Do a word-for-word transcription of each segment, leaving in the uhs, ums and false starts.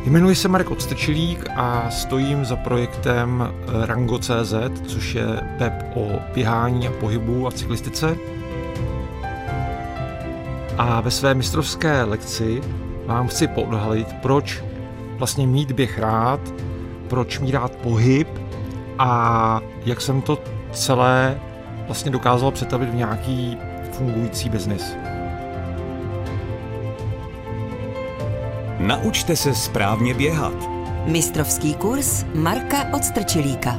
Jmenuji se Marek Odstrčilík a stojím za projektem Rango tečka cé zet, což je web o běhání a pohybu a cyklistice. A ve své mistrovské lekci vám chci poodhalit, proč vlastně mít běh rád, proč mít rád pohyb a jak jsem to celé vlastně dokázal přetavit v nějaký fungující biznis. Naučte se správně běhat. Mistrovský kurz Marka Odstrčilíka.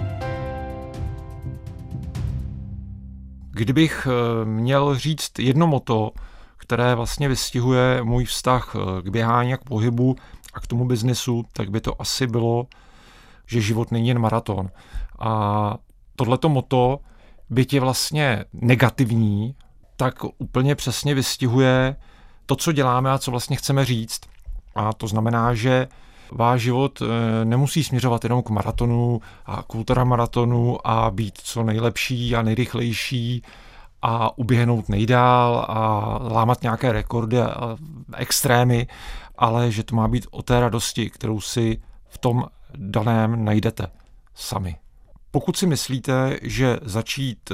Kdybych měl říct jedno motto, které vlastně vystihuje můj vztah k běhání a k pohybu a k tomu biznesu, tak by to asi bylo, že život není jen maraton. A tohleto motto, byť je vlastně negativní, tak úplně přesně vystihuje to, co děláme a co vlastně chceme říct. A to znamená, že váš život nemusí směřovat jenom k maratonu a k ultramaratonu a být co nejlepší a nejrychlejší a uběhnout nejdál a lámat nějaké rekordy a extrémy, ale že to má být o té radosti, kterou si v tom daném najdete sami. Pokud si myslíte, že začít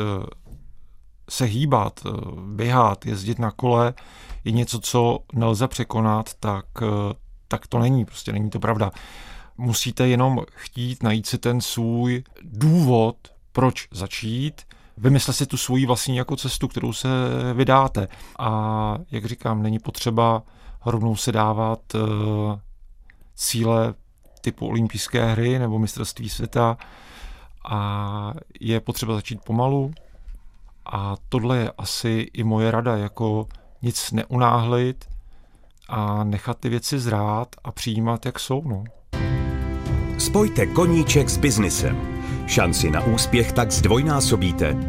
se hýbat, běhat, jezdit na kole je něco, co nelze překonat, tak, tak to není, prostě není to pravda. Musíte jenom chtít najít si ten svůj důvod, proč začít, vymyslet si tu svoji vlastní jako cestu, kterou se vydáte. A jak říkám, není potřeba rovnou se dávat uh, cíle typu olympijské hry nebo mistrovství světa a je potřeba začít pomalu. A tohle je asi i moje rada, jako nic neunáhlit a nechat ty věci zrát a přijímat, jak jsou. No. Spojte koníček s biznisem. Šanci na úspěch tak zdvojnásobíte.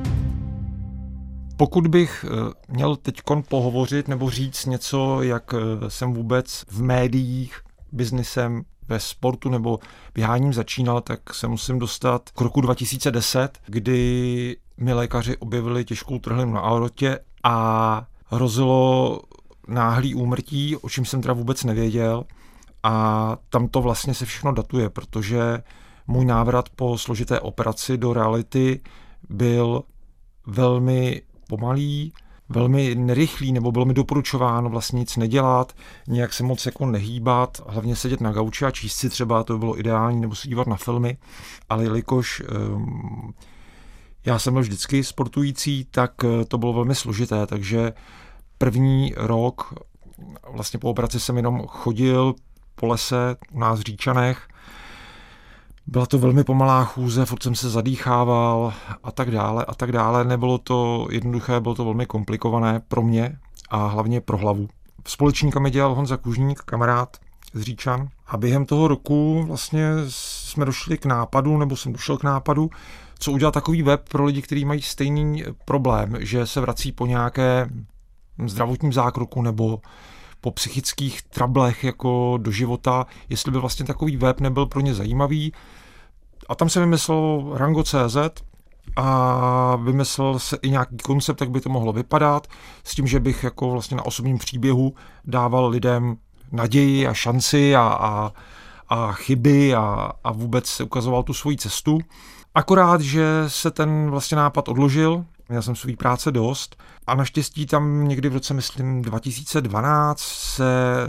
Pokud bych měl teďkon pohovořit nebo říct něco, jak jsem vůbec v médiích, biznisem, ve sportu nebo běháním začínal, tak se musím dostat k roku dva tisíce deset, kdy mi lékaři objevili těžkou trhlinu na aortě a hrozilo náhlý úmrtí, o čem jsem teda vůbec nevěděl. A tam to vlastně se všechno datuje, protože můj návrat po složité operaci do reality byl velmi pomalý, velmi nerychlý, nebo bylo mi doporučováno vlastně nic nedělat, nějak se moc jako nehýbat, hlavně sedět na gauči a číst si třeba, to by bylo ideální, nebo se dívat na filmy, ale jelikož um, já jsem byl vždycky sportující, tak to bylo velmi složité, takže první rok vlastně po operaci jsem jenom chodil po lese u nás v Říčanech. Byla to velmi pomalá chůze, furt jsem se zadýchával a tak dále a tak dále. Nebylo to jednoduché, bylo to velmi komplikované pro mě a hlavně pro hlavu. Společníka mi dělal Honza Kužník, kamarád z Říčan. A během toho roku vlastně jsme došli k nápadu, nebo jsem došel k nápadu, co udělat takový web pro lidi, kteří mají stejný problém, že se vrací po nějaké zdravotním zákroku nebo po psychických trablech jako do života, jestli by vlastně takový web nebyl pro ně zajímavý. A tam jsem vymyslel Rango tečka cé zet a vymyslel se i nějaký koncept, jak by to mohlo vypadat, s tím, že bych jako vlastně na osobním příběhu dával lidem naději a šanci a, a, a chyby a, a vůbec ukazoval tu svoji cestu. Akorát, že se ten vlastně nápad odložil, měl jsem svý práce dost a naštěstí tam někdy v roce, myslím, dva tisíce dvanáct se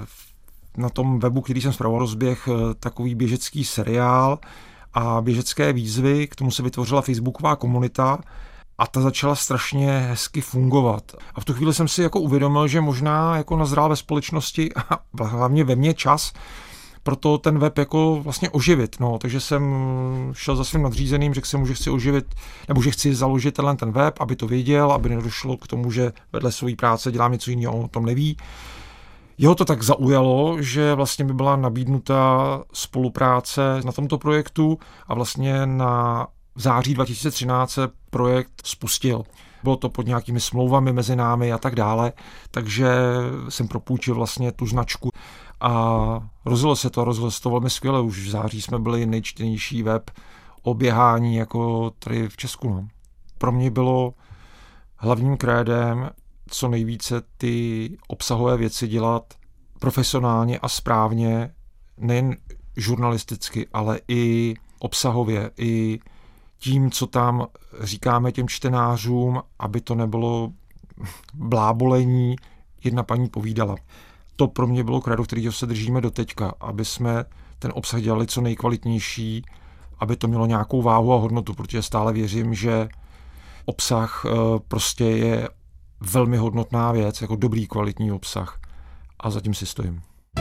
na tom webu, který jsem spravoval, rozběh takový běžecký seriál a běžecké výzvy, k tomu se vytvořila facebooková komunita a ta začala strašně hezky fungovat. A v tu chvíli jsem si jako uvědomil, že možná jako nazrál ve společnosti a hlavně ve mně čas proto ten web jako vlastně oživit. No, takže jsem šel za svým nadřízeným, řekl jsem mu, že chci oživit, nebo že chci založit tenhle ten web, aby to věděl, aby nedošlo k tomu, že vedle své práce dělám něco jiného, on o tom neví. Jeho to tak zaujalo, že vlastně by byla nabídnuta spolupráce na tomto projektu a vlastně na v září dva tisíce třináct se projekt spustil. Bylo to pod nějakými smlouvami mezi námi a tak dále, takže jsem propůjčil vlastně tu značku a rozjelo se to, rozjelo se to velmi skvěle. Už v září jsme byli nejčtenější web o běhání jako tady v Česku. No. Pro mě bylo hlavním krédem co nejvíce ty obsahové věci dělat profesionálně a správně, nejen žurnalisticky, ale i obsahově, i tím, co tam říkáme těm čtenářům, aby to nebylo blábolení. Jedna paní povídala. To pro mě bylo kredo, kterého se držíme do teďka, aby jsme ten obsah dělali co nejkvalitnější, aby to mělo nějakou váhu a hodnotu, protože stále věřím, že obsah prostě je velmi hodnotná věc, jako dobrý kvalitní obsah. A zatím si stojím.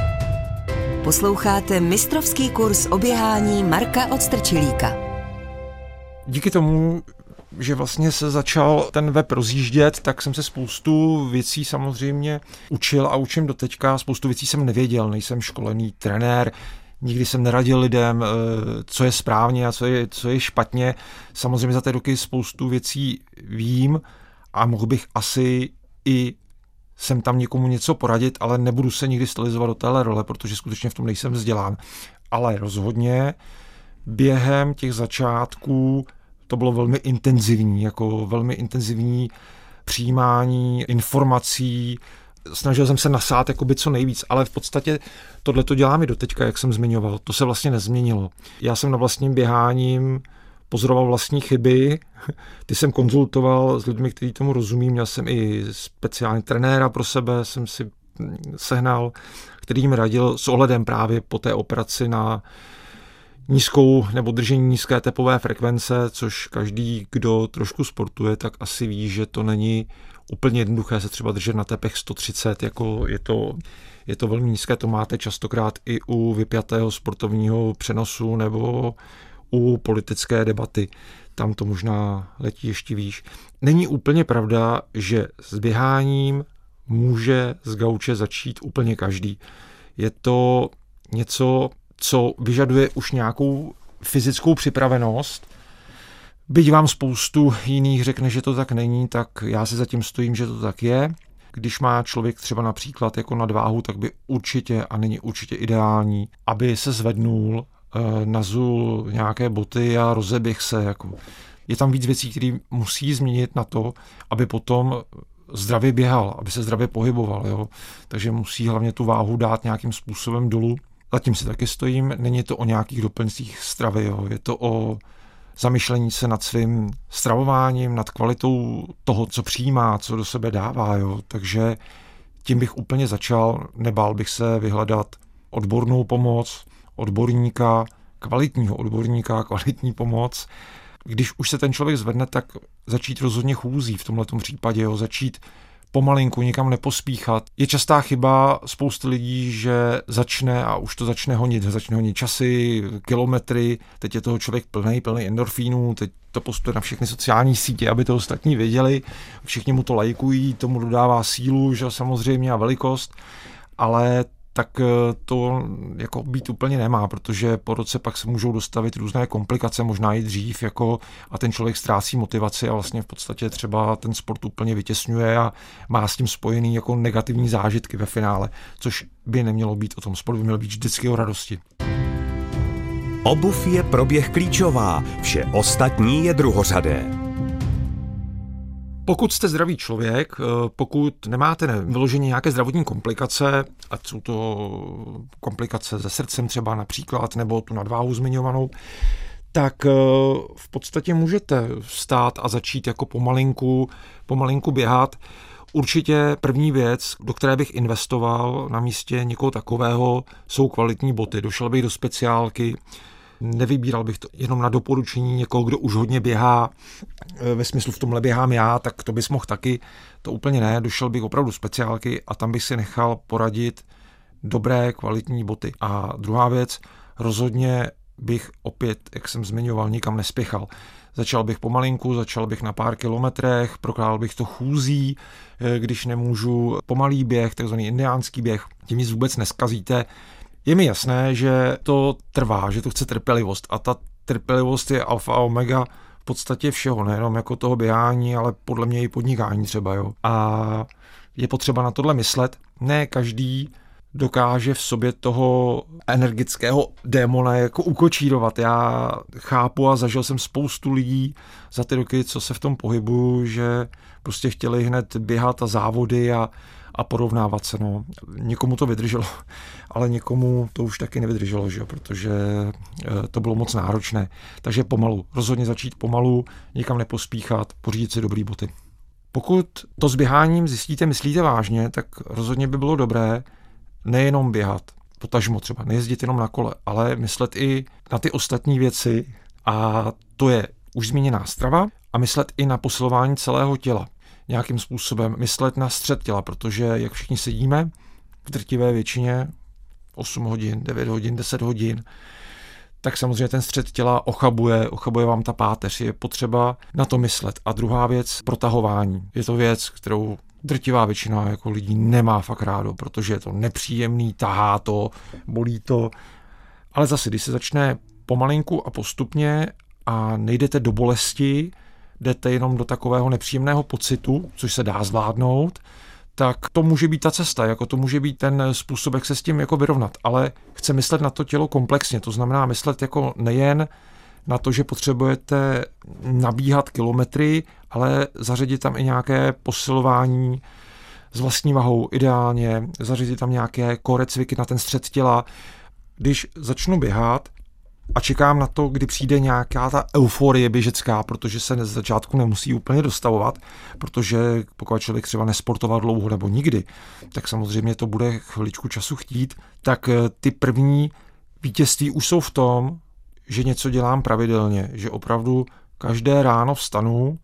Posloucháte mistrovský kurz o běhání Marka Odstrčilíka. Díky tomu, že vlastně se začal ten web rozjíždět, tak jsem se spoustu věcí samozřejmě učil a učím doteďka. Spoustu věcí jsem nevěděl, nejsem školený trenér, nikdy jsem neradil lidem, co je správně a co je, co je špatně. Samozřejmě za té roky spoustu věcí vím a mohl bych asi i sem tam někomu něco poradit, ale nebudu se nikdy stylizovat do téhle role, protože skutečně v tom nejsem vzdělán. Ale rozhodně během těch začátků to bylo velmi intenzivní, jako velmi intenzivní přijímání informací. Snažil jsem se nasát jakoby co nejvíc, ale v podstatě tohle to dělám i doteďka, jak jsem zmiňoval. To se vlastně nezměnilo. Já jsem na vlastním běháním pozoroval vlastní chyby, ty jsem konzultoval s lidmi, kteří tomu rozumí, měl jsem i speciální trenéra pro sebe, jsem si sehnal, který mi radil s ohledem právě po té operaci na nízkou nebo držení nízké tepové frekvence, což každý, kdo trošku sportuje, tak asi ví, že to není úplně jednoduché se třeba držet na tepech sto třicet, jako je to, je to velmi nízké, to máte častokrát i u vypjatého sportovního přenosu nebo u politické debaty. Tam to možná letí ještě výš. Není úplně pravda, že s běháním může z gauče začít úplně každý. Je to něco, co vyžaduje už nějakou fyzickou připravenost. Byť vám spoustu jiných řekne, že to tak není, tak já si zatím stojím, že to tak je. Když má člověk třeba například jako nadváhu, tak by určitě a není určitě ideální, aby se zvednul, nazul nějaké boty a rozeběh se. Jako. Je tam víc věcí, které musí změnit na to, aby potom zdravě běhal, aby se zdravě pohyboval. Jo. Takže musí hlavně tu váhu dát nějakým způsobem dolů. Zatím si taky stojím, není to o nějakých doplňcích stravy, jo. Je to o zamyšlení se nad svým stravováním, nad kvalitou toho, co přijímá, co do sebe dává. Jo. Takže tím bych úplně začal, nebál bych se vyhledat odbornou pomoc, odborníka, kvalitního odborníka, kvalitní pomoc. Když už se ten člověk zvedne, tak začít rozhodně chůzí v tomhletom případě, jo. Začít pomalinku, nikam nepospíchat. Je častá chyba spousty lidí, že začne a už to začne honit, začne honit časy, kilometry, teď je toho člověk plnej, plnej endorfínů, teď to postuje na všechny sociální sítě, aby to ostatní věděli, všichni mu to lajkují, tomu dodává sílu, že samozřejmě a velikost, ale tak to jako být úplně nemá, protože po roce pak se můžou dostavit různé komplikace, možná i dřív, jako a ten člověk ztrácí motivaci a vlastně v podstatě třeba ten sport úplně vytěsňuje a má s tím spojený jako negativní zážitky ve finále, což by nemělo být o tom. Sport by měl být vždycky o radosti. Obuv je pro běh klíčová, vše ostatní je druhořadé. Pokud jste zdravý člověk, pokud nemáte vyloženě nějaké zdravotní komplikace, ať jsou to komplikace se srdcem třeba například, nebo tu nadváhu zmiňovanou, tak v podstatě můžete vstát a začít jako pomalinku, pomalinku běhat. Určitě první věc, do které bych investoval na místě někoho takového, jsou kvalitní boty. Došel bych do speciálky, nevybíral bych to jenom na doporučení někoho, kdo už hodně běhá, ve smyslu v tomhle běhám já, tak to bys mohl taky, to úplně ne, došel bych opravdu do speciálky a tam bych si nechal poradit dobré kvalitní boty. A druhá věc, rozhodně bych opět, jak jsem zmiňoval, nikam nespěchal. Začal bych pomalinku, začal bych na pár kilometrech, prokládal bych to chůzí, když nemůžu, pomalý běh, takzvaný indiánský běh, tím nic vůbec neskazíte. Je mi jasné, že to trvá, že to chce trpělivost a ta trpělivost je alfa a omega v podstatě všeho, nejenom jako toho běhání, ale podle mě i podnikání třeba. Jo. A je potřeba na tohle myslet. Ne každý dokáže v sobě toho energického démona jako ukočírovat. Já chápu a zažil jsem spoustu lidí za ty roky, co se v tom pohybuju, že prostě chtěli hned běhat a závody a, a porovnávat se. No. Někomu to vydrželo, ale někomu to už taky nevydrželo, že? Protože to bylo moc náročné. Takže pomalu, rozhodně začít pomalu, nikam nepospíchat, pořídit si dobrý boty. Pokud to s běháním zjistíte, myslíte vážně, tak rozhodně by bylo dobré nejenom běhat, potažmo třeba, nejezdit jenom na kole, ale myslet i na ty ostatní věci a to je už zmíněná strava a myslet i na posilování celého těla. Nějakým způsobem myslet na střed těla, protože jak všichni sedíme v drtivé většině osm hodin, devět hodin, deset hodin, tak samozřejmě ten střed těla ochabuje, ochabuje vám ta páteř. Je potřeba na to myslet. A druhá věc, protahování. Je to věc, kterou drtivá většina jako lidí nemá fakt rádo, protože je to nepříjemný, tahá to, bolí to. Ale zase, když se začne pomalinku a postupně a nejdete do bolesti, jdete jenom do takového nepříjemného pocitu, což se dá zvládnout, tak to může být ta cesta, jako to může být ten způsob, jak se s tím jako vyrovnat. Ale chce myslet na to tělo komplexně, to znamená myslet jako nejen na to, že potřebujete nabíhat kilometry, ale zařadit tam i nějaké posilování s vlastní vahou, ideálně zařadit tam nějaké core cviky na ten střed těla. Když začnu běhat a čekám na to, kdy přijde nějaká ta euforie běžecká, protože se z začátku nemusí úplně dostavovat, protože pokud člověk třeba nesportoval dlouho nebo nikdy, tak samozřejmě to bude chviličku času chtít, tak ty první vítězství už jsou v tom, že něco dělám pravidelně, že opravdu každé ráno vstanu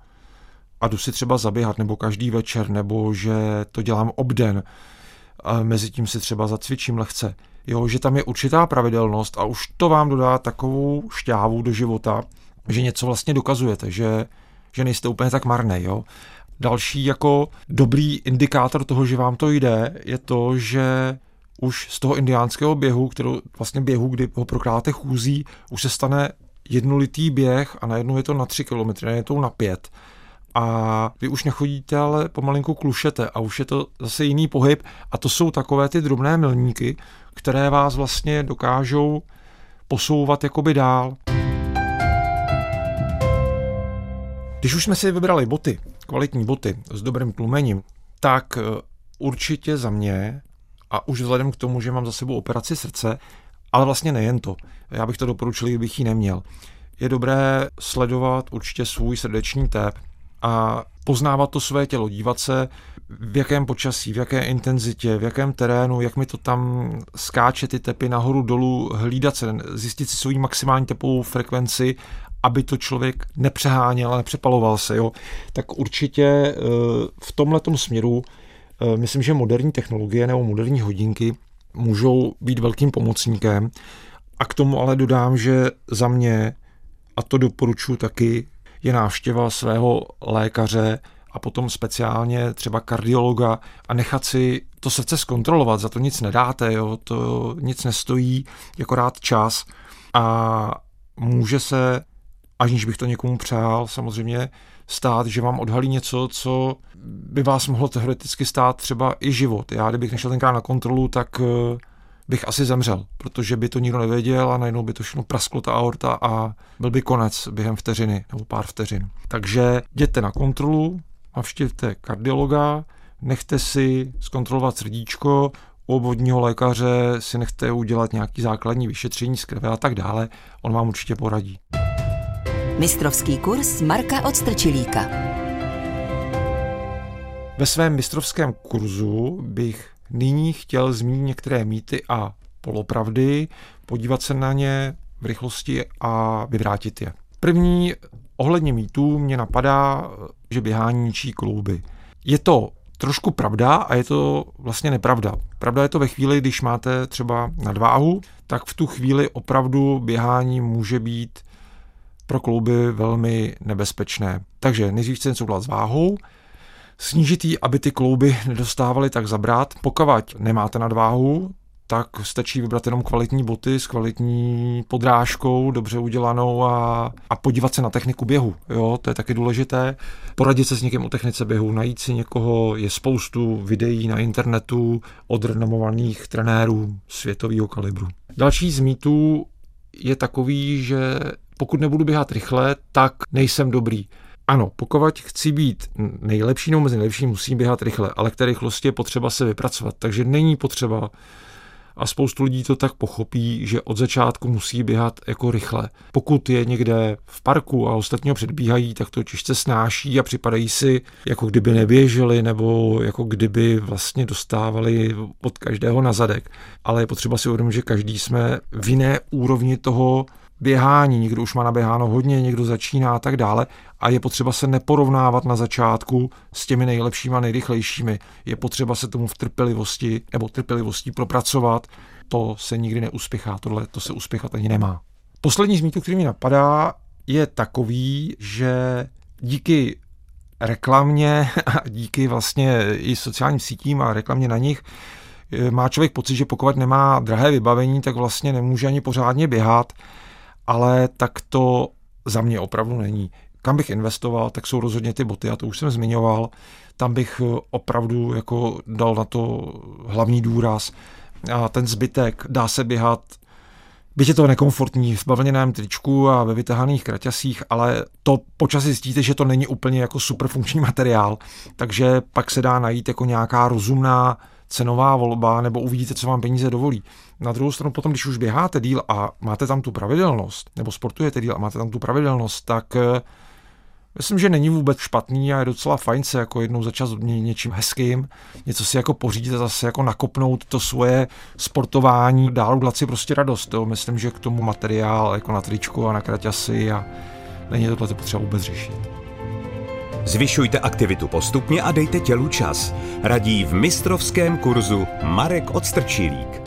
a jdu si třeba zaběhat, nebo každý večer, nebo že to dělám obden, a mezi tím si třeba zacvičím lehce. Jo, že tam je určitá pravidelnost a už to vám dodá takovou šťávu do života, že něco vlastně dokazujete, že, že nejste úplně tak marnej. Jo. Další jako dobrý indikátor toho, že vám to jde, je to, že už z toho indiánského běhu, kterou vlastně běhu, kdy ho prokládáte chůzí, už se stane jednolitý běh a najednou je to na tři kilometry, najednou je to na pět. A vy už nechodíte, ale pomalinku klušete a už je to zase jiný pohyb a to jsou takové ty drobné milníky, které vás vlastně dokážou posouvat jakoby dál. Když už jsme si vybrali boty, kvalitní boty s dobrým tlumením, tak určitě za mě, a už vzhledem k tomu, že mám za sebou operaci srdce, ale vlastně nejen to, já bych to doporučil, kdybych ji neměl, je dobré sledovat určitě svůj srdeční tep a poznávat to své tělo, dívat se, v jakém počasí, v jaké intenzitě, v jakém terénu, jak mi to tam skáče ty tepy nahoru dolů, hlídat se, zjistit si svou maximální tepovou frekvenci, aby to člověk nepřeháněl a nepřepaloval se. Jo. Tak určitě v tomhletom směru myslím, že moderní technologie nebo moderní hodinky můžou být velkým pomocníkem. A k tomu ale dodám, že za mě, a to doporučuji taky, je návštěva svého lékaře a potom speciálně třeba kardiologa a nechat si to srdce zkontrolovat. Za to nic nedáte, jo? To nic nestojí, akorát čas. A může se, aniž bych to někomu přál, samozřejmě stát, že vám odhalí něco, co by vás mohlo teoreticky stát třeba i život. Já kdybych nešel tenkrát na kontrolu, tak bych asi zemřel, protože by to nikdo nevěděl a najednou by to všechno prasklo ta aorta a byl by konec během vteřiny nebo pár vteřin. Takže jděte na kontrolu, navštivte kardiologa, nechte si zkontrolovat srdíčko, u obvodního lékaře si nechte udělat nějaký základní vyšetření z krve a tak dále, on vám určitě poradí. Mistrovský kurz Marka Odstrčilíka. Ve svém mistrovském kurzu bych nyní chtěl zmínit některé mýty a polopravdy, podívat se na ně v rychlosti a vyvrátit je. První ohledně mýtů mě napadá, že běhání ničí klouby. Je to trošku pravda a je to vlastně nepravda. Pravda je to ve chvíli, když máte třeba nadváhu, tak v tu chvíli opravdu běhání může být pro klouby velmi nebezpečné. Takže nejdřív chci něco udělat s váhou, snížit ji, aby ty klouby nedostávaly tak zabrat. Pokud nemáte nadváhu, tak stačí vybrat jenom kvalitní boty s kvalitní podrážkou, dobře udělanou a, a podívat se na techniku běhu. Jo, to je taky důležité. Poradit se s někým o technice běhu, najít si někoho, je spoustu videí na internetu od renomovaných trenérů světového kalibru. Další z mýtů je takový, že pokud nebudu běhat rychle, tak nejsem dobrý. Ano, pokud chci být nejlepší nebo mezi nejlepší, musím běhat rychle, ale k té rychlosti je potřeba se vypracovat, takže není potřeba, a spoustu lidí to tak pochopí, že od začátku musí běhat jako rychle. Pokud je někde v parku a ostatního předbíhají, tak to těžce snáší a připadají si, jako kdyby neběželi nebo jako kdyby vlastně dostávali od každého na zadek. Ale je potřeba si uvědomit, že každý jsme v jiné úrovni toho běhání. Někdo už má naběháno hodně, někdo začíná a tak dále. A je potřeba se neporovnávat na začátku s těmi nejlepšími a nejrychlejšími. Je potřeba se tomu v trpělivosti nebo trpělivostí propracovat. To se nikdy neuspěchá, tohle to se uspěchat ani nemá. Poslední z mýtů, který mi napadá, je takový, že díky reklamě a díky vlastně i sociálním sítím a reklamě na nich má člověk pocit, že pokud nemá drahé vybavení, tak vlastně nemůže ani pořádně běhat, ale tak to za mě opravdu není. Kam bych investoval, tak jsou rozhodně ty boty, a to už jsem zmiňoval. Tam bych opravdu jako dal na to hlavní důraz. A ten zbytek dá se běhat, byť je to nekomfortní v bavlněném tričku a ve vytahaných kraťasích, ale to počas zjistíte, že to není úplně jako super funkční materiál, takže pak se dá najít jako nějaká rozumná cenová volba, nebo uvidíte, co vám peníze dovolí. Na druhou stranu potom, když už běháte díl a máte tam tu pravidelnost, nebo sportujete díl a máte tam tu pravidelnost, tak myslím, že není vůbec špatný a je docela fajn se jako jednou za čas odměnit něčím hezkým, něco si jako pořídit a zase jako nakopnout to svoje sportování, dál udělat si prostě radost. Jo. Myslím, že k tomu materiál jako na tričku a na kraťasy a není tohle potřeba vůbec řešit. Zvyšujte aktivitu postupně a dejte tělu čas. Radí v mistrovském kurzu Marek Odstrčilík.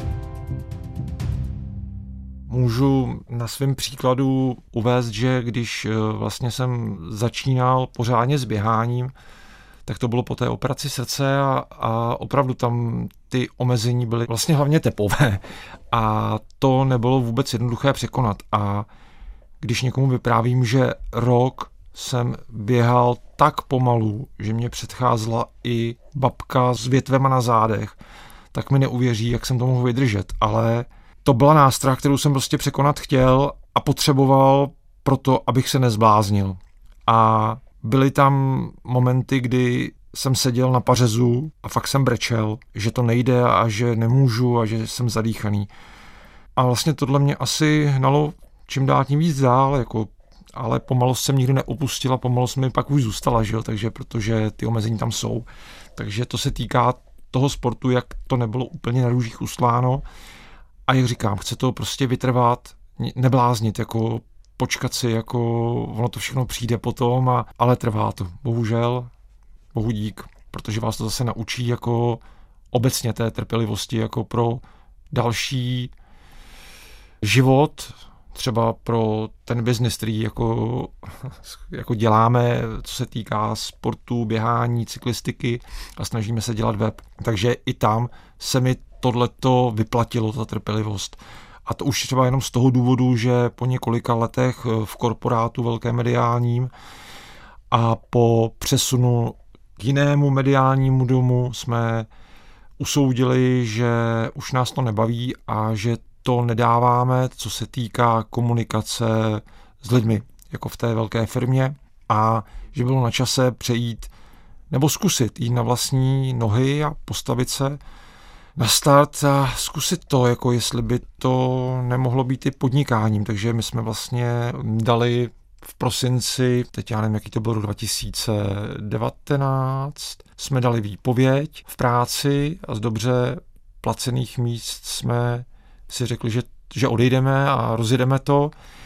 Můžu na svém příkladu uvést, že když vlastně jsem začínal pořádně s běháním, tak to bylo po té operaci srdce a, a opravdu tam ty omezení byly vlastně hlavně tepové a to nebylo vůbec jednoduché překonat. A když někomu vyprávím, že rok jsem běhal tak pomalu, že mě předcházela i babka s větvema na zádech, tak mi neuvěří, jak jsem to mohl vydržet, ale to byla nástrah, kterou jsem prostě překonat chtěl a potřeboval proto, abych se nezbláznil. A byly tam momenty, kdy jsem seděl na pařezu a fakt jsem brečel, že to nejde a že nemůžu a že jsem zadýchaný. A vlastně tohle mě asi hnalo čím dál tím víc dál, jako, ale pomalost jsem nikdy neopustila, pomalost mi pak už zůstala, že jo? Takže protože ty omezení tam jsou. Takže to se týká toho sportu, jak to nebylo úplně na růžích usláno. A jak říkám, chce to prostě vytrvat, nebláznit, jako počkat si, jako ono to všechno přijde potom, a, ale trvá to. Bohužel, bohu dík, protože vás to zase naučí jako obecně té trpělivosti, jako pro další život, třeba pro ten biznis, který jako, jako děláme, co se týká sportu, běhání, cyklistiky a snažíme se dělat web. Takže i tam se mi tohleto vyplatilo, ta trpělivost. A to už třeba jenom z toho důvodu, že po několika letech v korporátu velké mediálním a po přesunu k jinému mediálnímu domu jsme usoudili, že už nás to nebaví a že to nedáváme, co se týká komunikace s lidmi, jako v té velké firmě, a že bylo na čase přejít nebo zkusit jít na vlastní nohy a postavit se na start a zkusit to, jako jestli by to nemohlo být i podnikáním. Takže my jsme vlastně dali v prosinci, teď já nevím, jaký to byl rok dva tisíce devatenáct, jsme dali výpověď v práci a z dobře placených míst jsme si řekli, že, že odejdeme a rozjedeme to.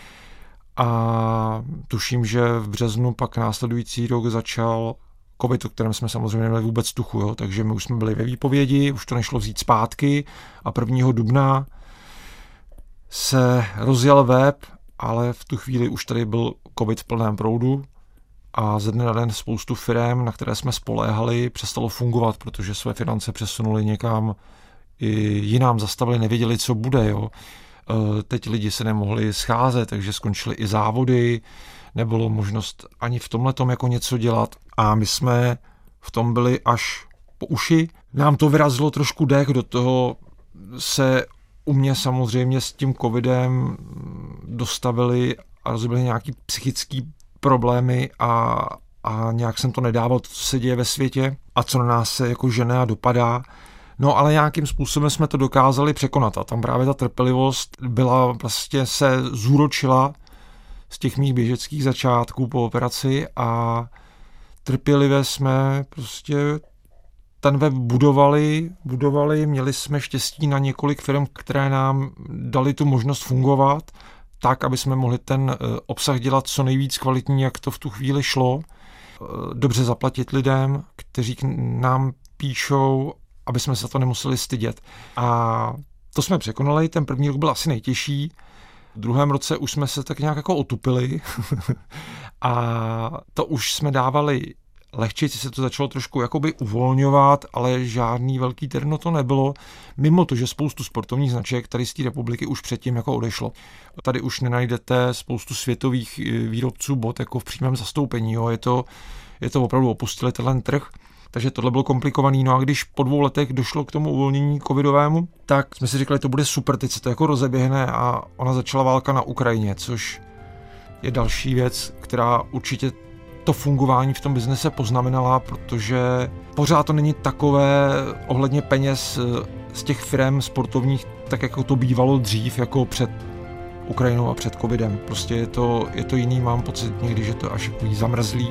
A tuším, že v březnu pak následující rok začal covid, o kterém jsme samozřejmě neměli vůbec tuchu, jo? Takže my už jsme byli ve výpovědi, už to nešlo vzít zpátky a prvního dubna se rozjel web, ale v tu chvíli už tady byl covid v plném proudu a ze dne na den spoustu firem, na které jsme spoléhali, přestalo fungovat, protože své finance přesunuli někam i jinam, zastavili, nevěděli, co bude. Jo? Teď lidi se nemohli scházet, takže skončily i závody, nebylo možnost ani v tomhletom jako něco dělat a my jsme v tom byli až po uši. Nám to vyrazilo trošku dech, do toho se u mě samozřejmě s tím covidem dostavili a rozbili nějaký psychický problémy a a nějak jsem to nedával, to, co se děje ve světě a co na nás se jako žene a dopadá. No ale nějakým způsobem jsme to dokázali překonat a tam právě ta trpělivost byla, vlastně se zúročila z těch mých běžeckých začátků po operaci a trpělivě jsme prostě ten web budovali, budovali, měli jsme štěstí na několik firm, které nám dali tu možnost fungovat tak, aby jsme mohli ten obsah dělat co nejvíc kvalitní, jak to v tu chvíli šlo. Dobře zaplatit lidem, kteří k nám píšou, aby jsme se to nemuseli stydět. A to jsme překonali, ten první rok byl asi nejtěžší. V druhém roce už jsme se tak nějak jako otupili a to už jsme dávali lehčí, se to začalo trošku jakoby uvolňovat, ale žádný velký terno to nebylo. Mimo to, že spoustu sportovních značek tady z té republiky už předtím jako odešlo. Tady už nenajdete spoustu světových výrobců bot jako v přímém zastoupení. Jo. Je to, je to opravdu opustili tenhle trh. Takže tohle bylo komplikovaný. No a když po dvou letech došlo k tomu uvolnění covidovému, tak jsme si říkali, to bude super, teď se to jako rozeběhne a ona začala válka na Ukrajině, což je další věc, která určitě to fungování v tom biznese poznamenala, protože pořád to není takové ohledně peněz z těch firem sportovních, tak jako to bývalo dřív, jako před Ukrajinou a před covidem. Prostě je to, je to jiný, mám pocit někdy, že to až jako zamrzlý.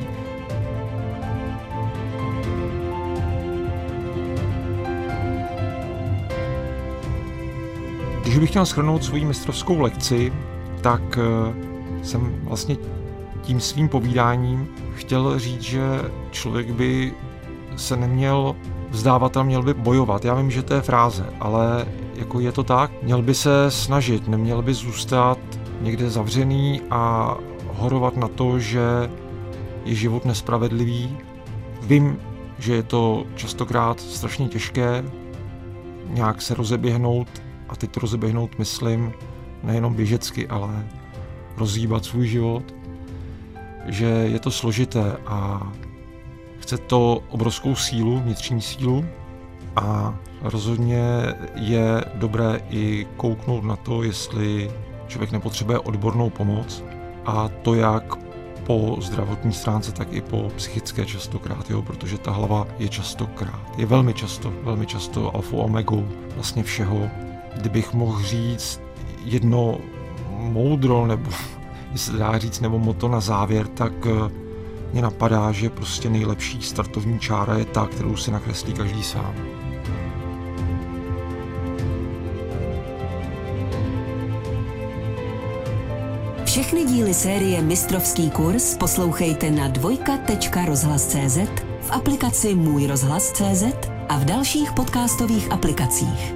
Když bych chtěl shrnout svoji mistrovskou lekci, tak jsem vlastně tím svým povídáním chtěl říct, že člověk by se neměl vzdávat a měl by bojovat. Já vím, že to je fráze, ale jako je to tak. Měl by se snažit, neměl by zůstat někde zavřený a horovat na to, že je život nespravedlivý. Vím, že je to častokrát strašně těžké nějak se rozeběhnout, a teď to rozeběhnout myslím nejenom běžecky, ale rozhýbat svůj život, že je to složité a chce to obrovskou sílu, vnitřní sílu a rozhodně je dobré i kouknout na to, jestli člověk nepotřebuje odbornou pomoc a to jak po zdravotní stránce, tak i po psychické častokrát, jo, protože ta hlava je častokrát, je velmi často, velmi často alfou omegou vlastně všeho. Kdybych mohl říct jedno moudro, nebo jestli se dá říct, nebo moto na závěr, tak mě napadá, že prostě nejlepší startovní čára je ta, kterou si nakreslí každý sám. Všechny díly série Mistrovský kurz poslouchejte na dvojka tečka rozhlas tečka cé zet, v aplikaci Můj rozhlas tečka cé zet a v dalších podcastových aplikacích.